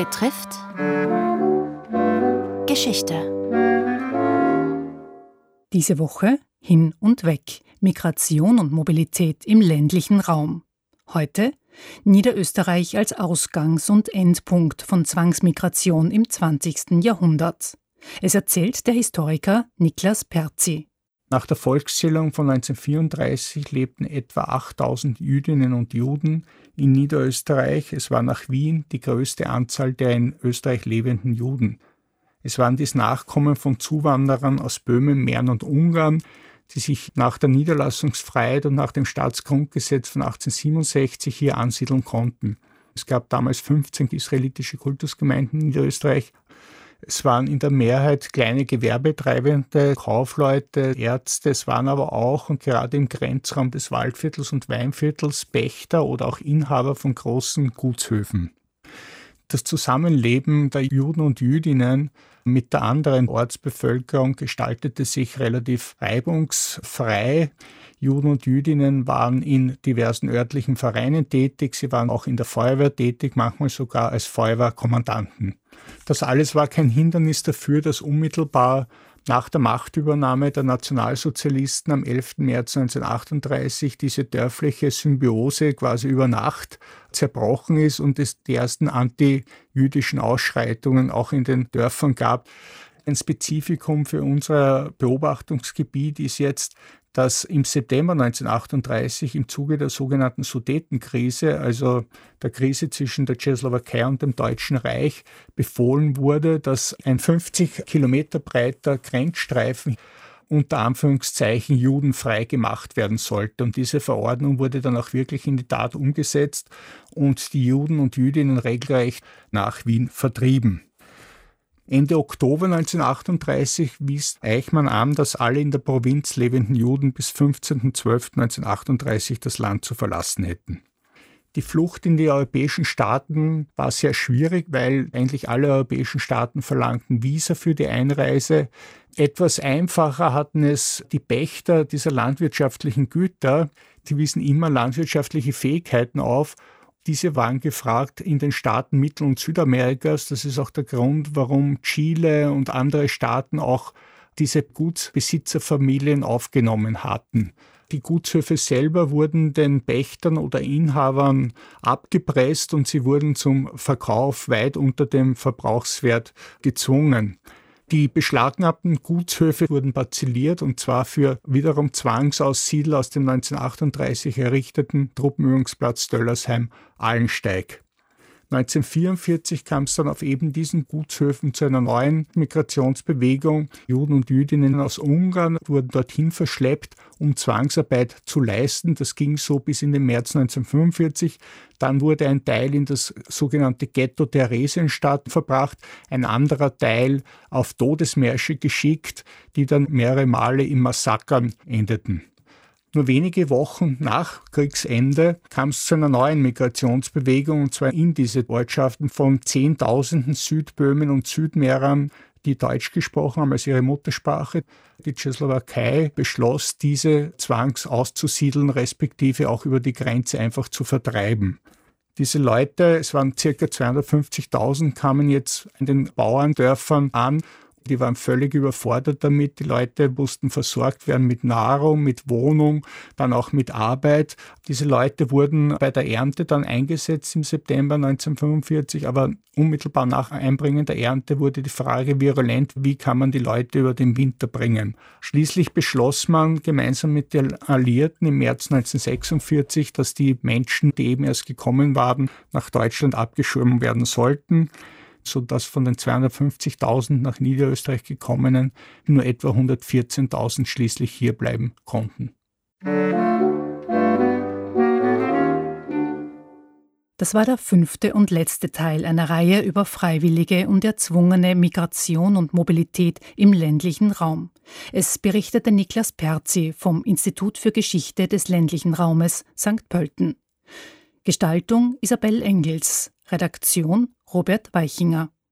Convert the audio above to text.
betrifft Geschichte. Diese Woche Hin und Weg, Migration und Mobilität im ländlichen Raum. Heute Niederösterreich als Ausgangs- und Endpunkt von Zwangsmigration im 20. Jahrhundert. Es erzählt der Historiker Niklas Perzi. Nach der Volkszählung von 1934 lebten etwa 8000 Jüdinnen und Juden in Niederösterreich. Es war nach Wien die größte Anzahl der in Österreich lebenden Juden. Es waren dies Nachkommen von Zuwanderern aus Böhmen, Mähren und Ungarn, die sich nach der Niederlassungsfreiheit und nach dem Staatsgrundgesetz von 1867 hier ansiedeln konnten. Es gab damals 15 israelitische Kultusgemeinden in Niederösterreich. Es waren in der Mehrheit kleine Gewerbetreibende, Kaufleute, Ärzte. Es waren aber auch, und gerade im Grenzraum des Waldviertels und Weinviertels, Pächter oder auch Inhaber von großen Gutshöfen. Das Zusammenleben der Juden und Jüdinnen mit der anderen Ortsbevölkerung gestaltete sich relativ reibungsfrei. Juden und Jüdinnen waren in diversen örtlichen Vereinen tätig, sie waren auch in der Feuerwehr tätig, manchmal sogar als Feuerwehrkommandanten. Das alles war kein Hindernis dafür, dass unmittelbar nach der Machtübernahme der Nationalsozialisten am 11. März 1938 diese dörfliche Symbiose quasi über Nacht zerbrochen ist und es die ersten antijüdischen Ausschreitungen auch in den Dörfern gab. Ein Spezifikum für unser Beobachtungsgebiet ist jetzt, dass im September 1938 im Zuge der sogenannten Sudetenkrise, also der Krise zwischen der Tschechoslowakei und dem Deutschen Reich, befohlen wurde, dass ein 50 Kilometer breiter Grenzstreifen unter Anführungszeichen judenfrei gemacht werden sollte. Und diese Verordnung wurde dann auch wirklich in die Tat umgesetzt und die Juden und Jüdinnen regelrecht nach Wien vertrieben. Ende Oktober 1938 wies Eichmann an, dass alle in der Provinz lebenden Juden bis 15.12.1938 das Land zu verlassen hätten. Die Flucht in die europäischen Staaten war sehr schwierig, weil eigentlich alle europäischen Staaten verlangten Visa für die Einreise. Etwas einfacher hatten es die Pächter dieser landwirtschaftlichen Güter. Die wiesen immer landwirtschaftliche Fähigkeiten auf. Diese waren gefragt in den Staaten Mittel- und Südamerikas. Das ist auch der Grund, warum Chile und andere Staaten auch diese Gutsbesitzerfamilien aufgenommen hatten. Die Gutshöfe selber wurden den Pächtern oder Inhabern abgepresst und sie wurden zum Verkauf weit unter dem Verbrauchswert gezwungen. Die beschlagnahmten Gutshöfe wurden parzelliert und zwar für wiederum Zwangsaussiedler aus dem 1938 errichteten Truppenübungsplatz Döllersheim-Allensteig. 1944 kam es dann auf eben diesen Gutshöfen zu einer neuen Migrationsbewegung. Juden und Jüdinnen aus Ungarn wurden dorthin verschleppt, um Zwangsarbeit zu leisten. Das ging so bis in den März 1945. Dann wurde ein Teil in das sogenannte Ghetto Theresienstadt verbracht, ein anderer Teil auf Todesmärsche geschickt, die dann mehrere Male in Massakern endeten. Nur wenige Wochen nach Kriegsende kam es zu einer neuen Migrationsbewegung, und zwar in diese Ortschaften von Zehntausenden Südböhmen und Südmährern, die Deutsch gesprochen haben als ihre Muttersprache. Die Tschechoslowakei beschloss, diese zwangsauszusiedeln, respektive auch über die Grenze einfach zu vertreiben. Diese Leute, es waren ca. 250.000, kamen jetzt in den Bauerndörfern an. Die waren völlig überfordert damit. Die Leute mussten versorgt werden mit Nahrung, mit Wohnung, dann auch mit Arbeit. Diese Leute wurden bei der Ernte dann eingesetzt im September 1945, aber unmittelbar nach Einbringen der Ernte wurde die Frage virulent, wie kann man die Leute über den Winter bringen. Schließlich beschloss man gemeinsam mit den Alliierten im März 1946, dass die Menschen, die eben erst gekommen waren, nach Deutschland abgeschoben werden sollten, sodass von den 250.000 nach Niederösterreich gekommenen nur etwa 114.000 schließlich hier bleiben konnten. Das war der 5. und letzte Teil einer Reihe über freiwillige und erzwungene Migration und Mobilität im ländlichen Raum. Es berichtete Niklas Perzi vom Institut für Geschichte des ländlichen Raumes St. Pölten. Gestaltung Isabel Engels, Redaktion Robert Weichinger.